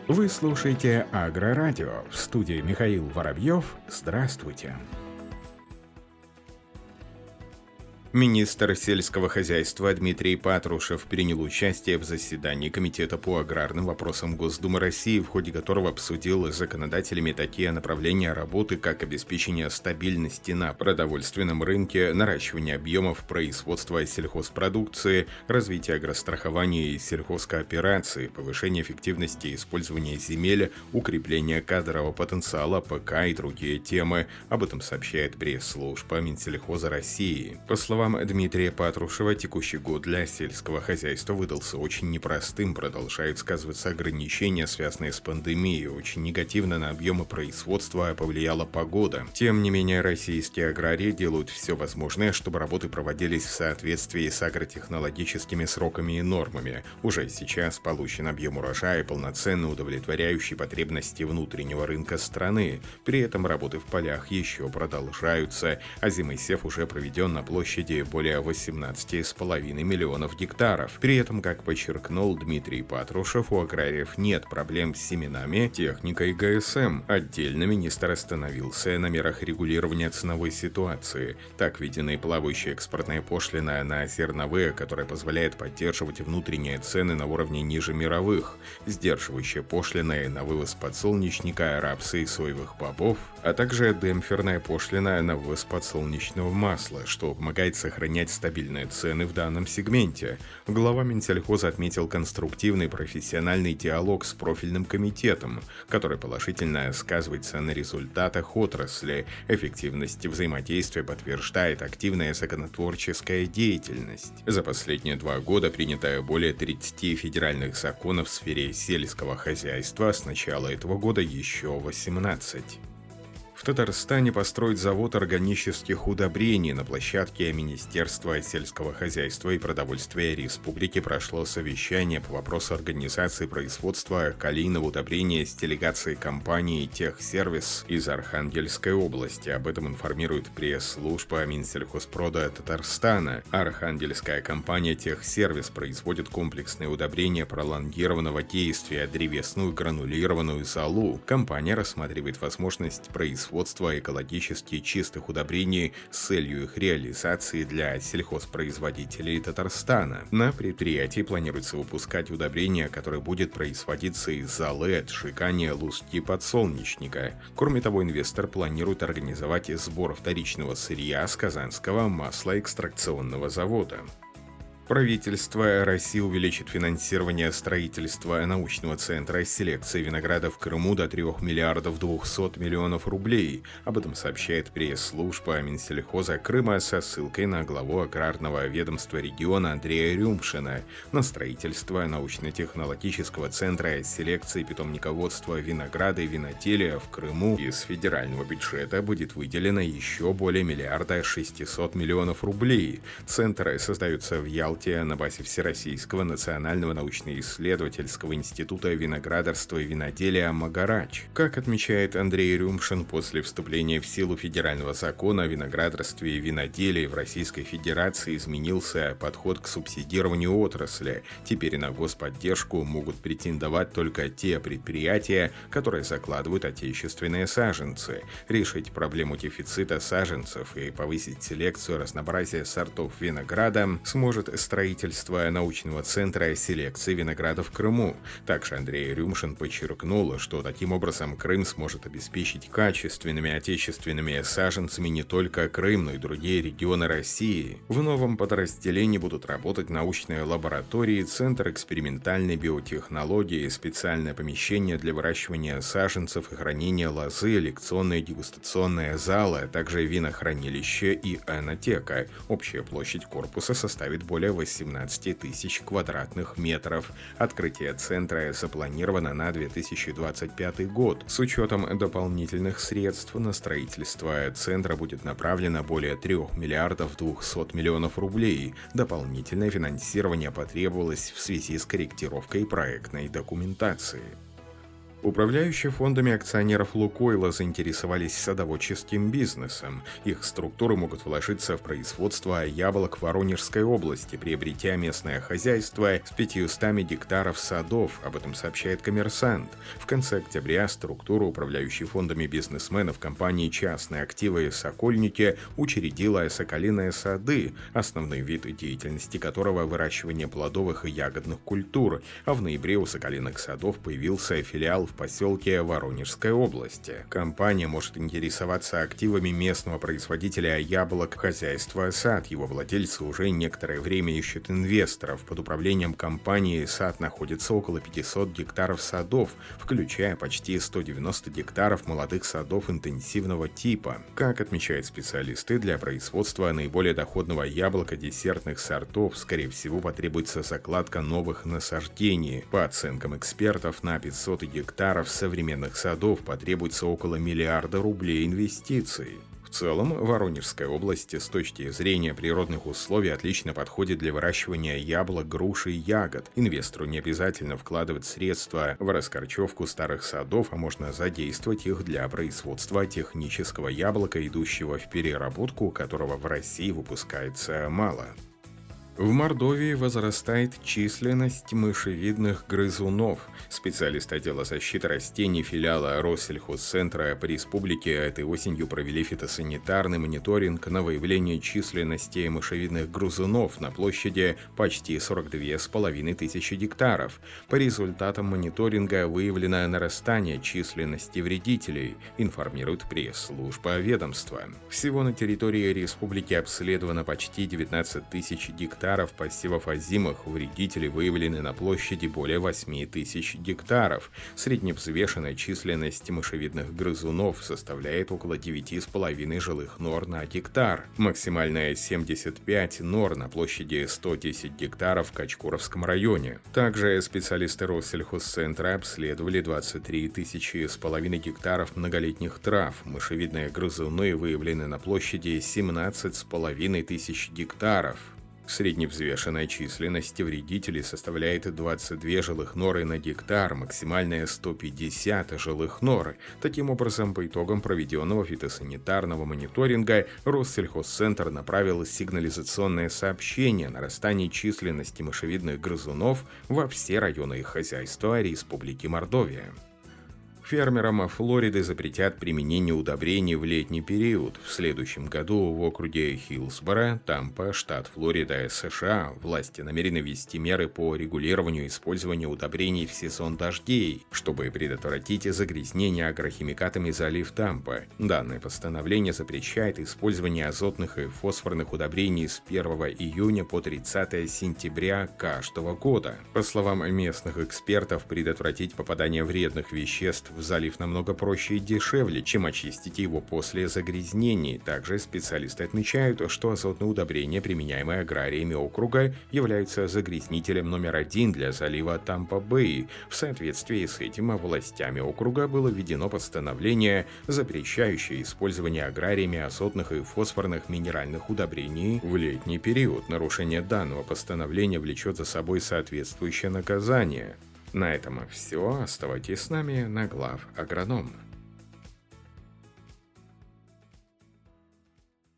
Вы слушаете Агрорадио. В студии Михаил Воробьев. Здравствуйте. Министр сельского хозяйства Дмитрий Патрушев принял участие в заседании Комитета по аграрным вопросам Госдумы России, в ходе которого обсудил с законодателями такие направления работы, как обеспечение стабильности на продовольственном рынке, наращивание объемов производства сельхозпродукции, развитие агрострахования и сельхозкооперации, повышение эффективности использования земель, укрепление кадрового потенциала ПК и другие темы. Об этом сообщает пресс-служба Минсельхоза России. По словам Дмитрия Патрушева, текущий год для сельского хозяйства выдался очень непростым, продолжают сказываться ограничения, связанные с пандемией, очень негативно на объемы производства повлияла погода. Тем не менее, российские аграрии делают все возможное, чтобы работы проводились в соответствии с агротехнологическими сроками и нормами. Уже сейчас получен объем урожая, полноценно удовлетворяющий потребности внутреннего рынка страны. При этом работы в полях еще продолжаются, а зимосев уже проведен на площади более 18,5 миллионов гектаров. При этом, как подчеркнул Дмитрий Патрушев, у аграриев нет проблем с семенами, техникой ГСМ. Отдельно министр остановился на мерах регулирования ценовой ситуации. Так введена и плавающая экспортная пошлина на зерновые, которая позволяет поддерживать внутренние цены на уровне ниже мировых, сдерживающая пошлины на вывоз подсолнечника, рапса и соевых бобов, а также демпферная пошлина на вывоз подсолнечного масла, что помогает сохранять стабильные цены в данном сегменте. Глава Минсельхоза отметил конструктивный профессиональный диалог с профильным комитетом, который положительно сказывается на результатах отрасли. Эффективность взаимодействия подтверждает активная законотворческая деятельность. За последние 2 года принято более 30 федеральных законов в сфере сельского хозяйства, с начала этого года еще 18. В Татарстане построить завод органических удобрений. На площадке Министерства сельского хозяйства и продовольствия Республики прошло совещание по вопросу организации производства калийного удобрения с делегацией компании «Техсервис» из Архангельской области. Об этом информирует пресс-служба Минсельхозпрода Татарстана. Архангельская компания «Техсервис» производит комплексные удобрения пролонгированного действия, древесную гранулированную золу. Компания рассматривает возможность производства экологически чистых удобрений с целью их реализации для сельхозпроизводителей Татарстана. На предприятии планируется выпускать удобрения, которые будет производиться из золы, отжигания луски подсолнечника. Кроме того, инвестор планирует организовать сбор вторичного сырья с Казанского маслоэкстракционного завода. Правительство России увеличит финансирование строительства научного центра селекции винограда в Крыму до 3 миллиардов 200 миллионов рублей. Об этом сообщает пресс-служба Минсельхоза Крыма со ссылкой на главу аграрного ведомства региона Андрея Рюмшина. На строительство научно-технологического центра селекции питомниководства винограда и виноделия в Крыму из федерального бюджета будет выделено еще более 1,6 миллиарда рублей. Центр создается в Ялте на базе Всероссийского национального научно-исследовательского института виноградарства и виноделия «Магарач». Как отмечает Андрей Рюмшин, после вступления в силу федерального закона о виноградарстве и виноделии в Российской Федерации изменился подход к субсидированию отрасли. Теперь на господдержку могут претендовать только те предприятия, которые закладывают отечественные саженцы. Решить проблему дефицита саженцев и повысить селекцию разнообразия сортов винограда сможет строительство научного центра селекции винограда в Крыму. Также Андрей Рюмшин подчеркнул, что таким образом Крым сможет обеспечить качественными отечественными саженцами не только Крым, но и другие регионы России. В новом подразделении будут работать научные лаборатории, центр экспериментальной биотехнологии, специальное помещение для выращивания саженцев и хранения лозы, лекционная дегустационная зала, а также винохранилище и энотека. Общая площадь корпуса составит более 18 тысяч квадратных метров. Открытие центра запланировано на 2025 год. С учетом дополнительных средств на строительство центра будет направлено более 3 миллиардов 200 миллионов рублей. Дополнительное финансирование потребовалось в связи с корректировкой проектной документации. Управляющие фондами акционеров «Лукойла» заинтересовались садоводческим бизнесом. Их структуры могут вложиться в производство яблок в Воронежской области, приобретя местное хозяйство с 500 гектаров садов, об этом сообщает «Коммерсант». В конце октября структура управляющей фондами бизнесменов компании «Частные активы Сокольники» учредила «Соколиные сады», основной вид деятельности которого выращивание плодовых и ягодных культур, а в ноябре у «Соколиных садов» появился филиал в поселке Воронежской области. Компания может интересоваться активами местного производителя яблок хозяйства «Сад». Его владельцы уже некоторое время ищут инвесторов. Под управлением компании «Сад» находится около 500 гектаров садов, включая почти 190 гектаров молодых садов интенсивного типа. Как отмечают специалисты, для производства наиболее доходного яблока десертных сортов, скорее всего, потребуется закладка новых насаждений. По оценкам экспертов, на 500 гектаров современных садов потребуется около миллиарда рублей инвестиций. В целом, Воронежская область с точки зрения природных условий отлично подходит для выращивания яблок, груш и ягод. Инвестору не обязательно вкладывать средства в раскорчевку старых садов, а можно задействовать их для производства технического яблока, идущего в переработку, которого в России выпускается мало. В Мордовии возрастает численность мышевидных грызунов. Специалисты отдела защиты растений филиала Россельхозцентра по республике этой осенью провели фитосанитарный мониторинг на выявление численности мышевидных грызунов на площади почти 42,5 тысячи гектаров. По результатам мониторинга выявлено нарастание численности вредителей, информирует пресс-служба ведомства. Всего на территории республики обследовано почти 19 тысяч гектаров посевов озимых, вредители выявлены на площади более 8 тысяч гектаров. Средневзвешенная численность мышевидных грызунов составляет около 9,5 жилых нор на гектар. Максимальная 75 нор на площади 110 гектаров в Качкуровском районе. Также специалисты Россельхозцентра обследовали 23 тысячи с половиной гектаров многолетних трав. Мышевидные грызуны выявлены на площади 17,5 тысяч гектаров. Средневзвешенная численность вредителей составляет 22 жилых норы на гектар, максимальная 150 жилых нор. Таким образом, по итогам проведенного фитосанитарного мониторинга Россельхозцентр направил сигнализационное сообщение о нарастании численности мышевидных грызунов во все районы их хозяйства Республики Мордовия. Фермерам Флориды запретят применение удобрений в летний период. В следующем году в округе Хиллсборо, Тампа, штат Флорида, США, власти намерены ввести меры по регулированию использования удобрений в сезон дождей, чтобы предотвратить загрязнение агрохимикатами залив Тампа. Данное постановление запрещает использование азотных и фосфорных удобрений с 1 июня по 30 сентября каждого года. По словам местных экспертов, предотвратить попадание вредных веществ в залив намного проще и дешевле, чем очистить его после загрязнений. Также специалисты отмечают, что азотные удобрения, применяемые аграриями округа, являются загрязнителем номер 1 для залива Тампа-Бэй. В соответствии с этим властями округа было введено постановление, запрещающее использование аграриями азотных и фосфорных минеральных удобрений в летний период. Нарушение данного постановления влечет за собой соответствующее наказание. На этом все. Оставайтесь с нами на Глав Агроном.